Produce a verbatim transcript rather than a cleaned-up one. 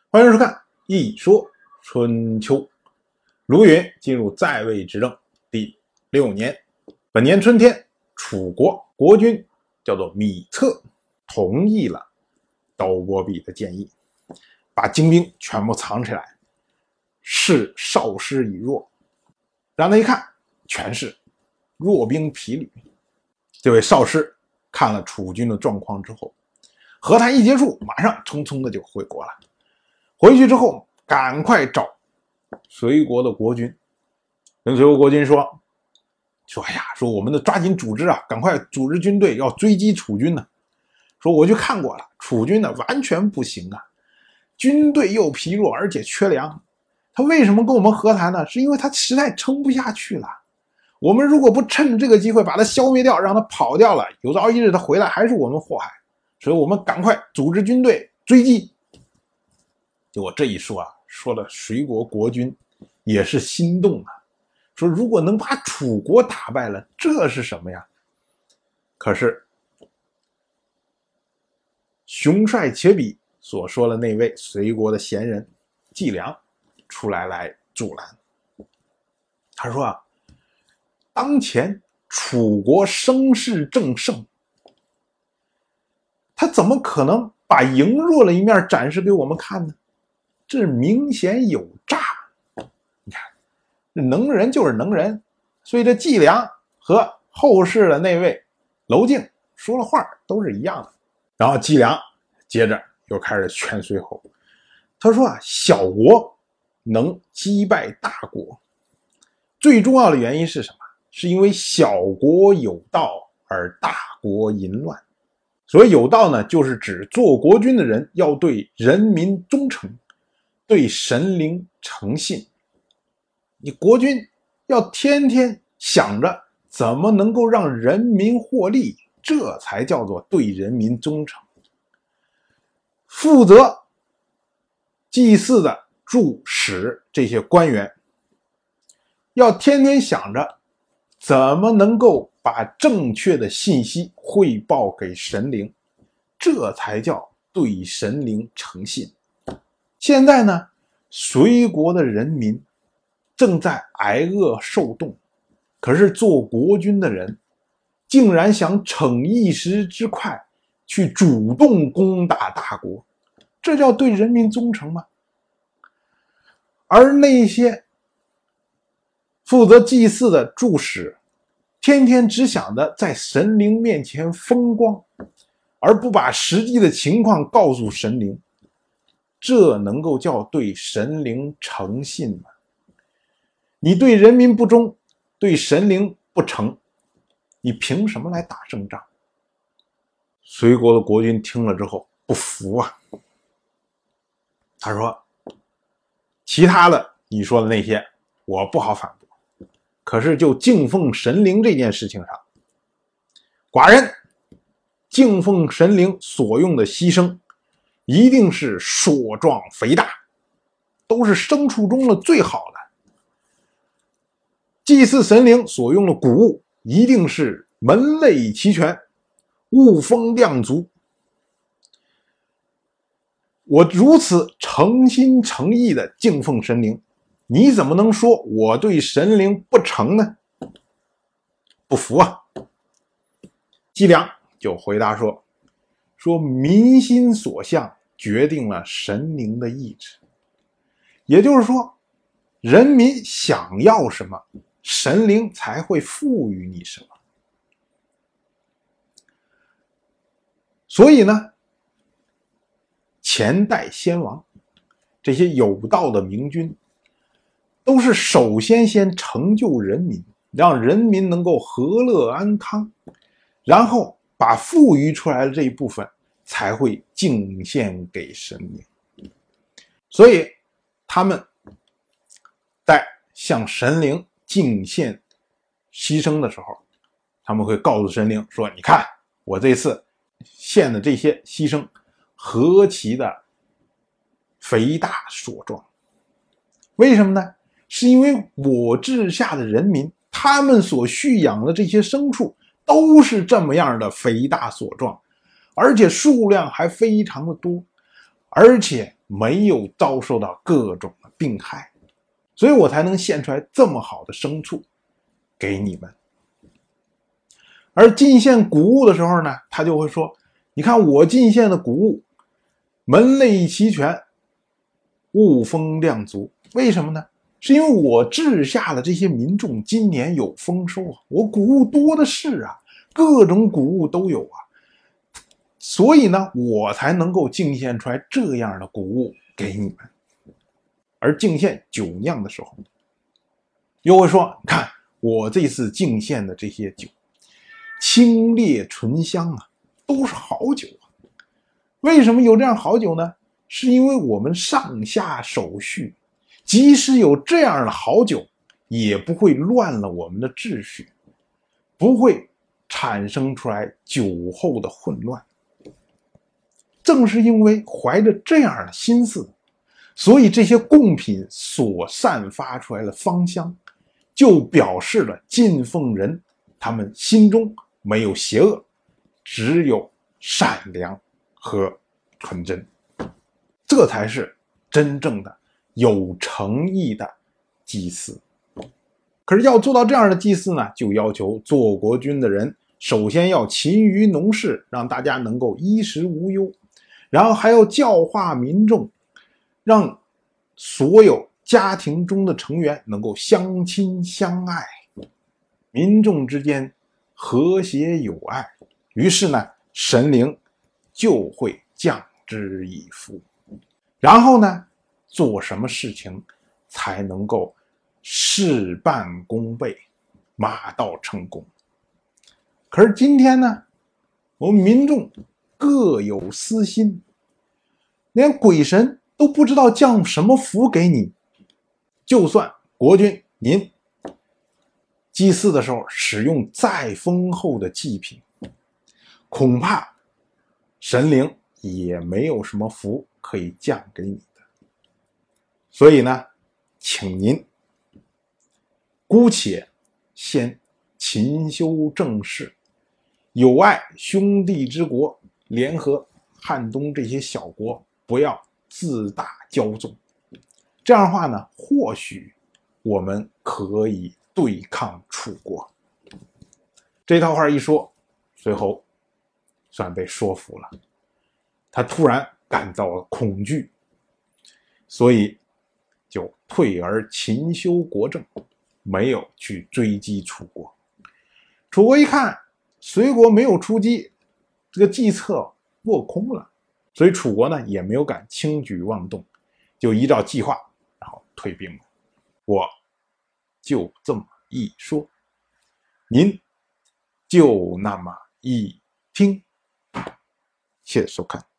欢迎收看《一说春秋》。卢云进入在位执政第六年，本年春天，楚国国君叫做芈策，同意了刀伯比的建议，把精兵全部藏起来，视少师以弱。让他一看，全是弱兵疲旅。这位少师看了楚军的状况之后，和谈一结束，马上匆匆的就回国了。回去之后，赶快找随国的国君，跟随国国君说：“说哎呀，说我们的抓紧组织啊，赶快组织军队要追击楚军呢。说我去看过了，楚军呢完全不行啊，军队又疲弱，而且缺粮。他为什么跟我们和谈呢？是因为他实在撑不下去了。我们如果不趁这个机会把他消灭掉，让他跑掉了，有朝一日他回来还是我们祸害。所以我们赶快组织军队追击。”结果这一说啊，说了随国国君也是心动啊，说如果能把楚国打败了，这是什么呀？可是雄帅且比所说的那位随国的贤人季梁出来来阻拦。他说啊，当前楚国声势正盛，他怎么可能把羸弱的一面展示给我们看呢？这明显有诈。你看，能人就是能人，所以这季梁和后世的那位娄敬说了话都是一样的。然后季梁接着又开始劝随侯，他说啊，小国能击败大国，最重要的原因是什么？是因为小国有道而大国淫乱。所谓有道呢，就是指做国君的人要对人民忠诚，对神灵诚信。你国君要天天想着怎么能够让人民获利，这才叫做对人民忠诚。负责祭祀的助使这些官员要天天想着怎么能够把正确的信息汇报给神灵，这才叫对神灵诚信。现在呢，随国的人民正在挨饿受冻，可是做国君的人竟然想逞一时之快去主动攻打大国，这叫对人民忠诚吗？而那些负责祭祀的助使，天天只想着在神灵面前风光，而不把实际的情况告诉神灵，这能够叫对神灵诚信吗？你对人民不忠，对神灵不诚，你凭什么来打胜仗？随国的国君听了之后不服啊，他说，其他的你说的那些我不好反驳，可是就敬奉神灵这件事情上，寡人敬奉神灵所用的牺牲一定是硕壮肥大，都是牲畜中的最好的。祭祀神灵所用的谷物一定是门类齐全，物丰量足。我如此诚心诚意的敬奉神灵，你怎么能说我对神灵不诚呢？不服啊！季梁就回答说，说民心所向决定了神灵的意志，也就是说，人民想要什么，神灵才会赋予你什么。所以呢，前代先王这些有道的明君，都是首先先成就人民，让人民能够和乐安康，然后把赋予出来的这一部分才会敬献给神灵。所以他们在向神灵敬献牺牲的时候，他们会告诉神灵说，你看我这次献的这些牺牲何其的肥大硕壮。为什么呢？是因为我治下的人民，他们所蓄养的这些牲畜都是这么样的肥大硕壮，而且数量还非常的多，而且没有遭受到各种的病害，所以我才能献出来这么好的牲畜给你们。而进献谷物的时候呢，他就会说，你看我进献的谷物门类齐全，物丰量足，为什么呢？是因为我治下的这些民众今年有丰收啊，我谷物多的是啊，各种谷物都有啊，所以呢，我才能够进献出来这样的谷物给你们。而进献酒酿的时候，又会说，看我这次进献的这些酒清冽醇香啊，都是好酒啊。为什么有这样好酒呢？是因为我们上下手续，即使有这样的好酒，也不会乱了我们的秩序，不会产生出来酒后的混乱。正是因为怀着这样的心思，所以这些贡品所散发出来的芳香，就表示了进奉人他们心中没有邪恶，只有善良和纯真，这才是真正的有诚意的祭祀。可是要做到这样的祭祀呢，就要求做国君的人首先要勤于农事，让大家能够衣食无忧，然后还要教化民众，让所有家庭中的成员能够相亲相爱，民众之间和谐友爱，于是呢，神灵就会降之以福。然后呢，做什么事情才能够事半功倍，马到成功。可是今天呢，我们民众各有私心，连鬼神都不知道降什么福给你。就算国君您祭祀的时候使用再丰厚的祭品，恐怕神灵也没有什么福可以降给你的。所以呢，请您姑且先勤修正事，友爱兄弟之国，联合汉东这些小国，不要自大骄纵。这样的话呢，或许我们可以对抗楚国。这套话一说，随后算被说服了，他突然感到了恐惧，所以就退而勤修国政，没有去追击楚国。楚国一看隋国没有出击，这个计策落空了，所以楚国呢也没有敢轻举妄动，就依照计划然后退兵了。我就这么一说，您就那么一听。谢谢收看。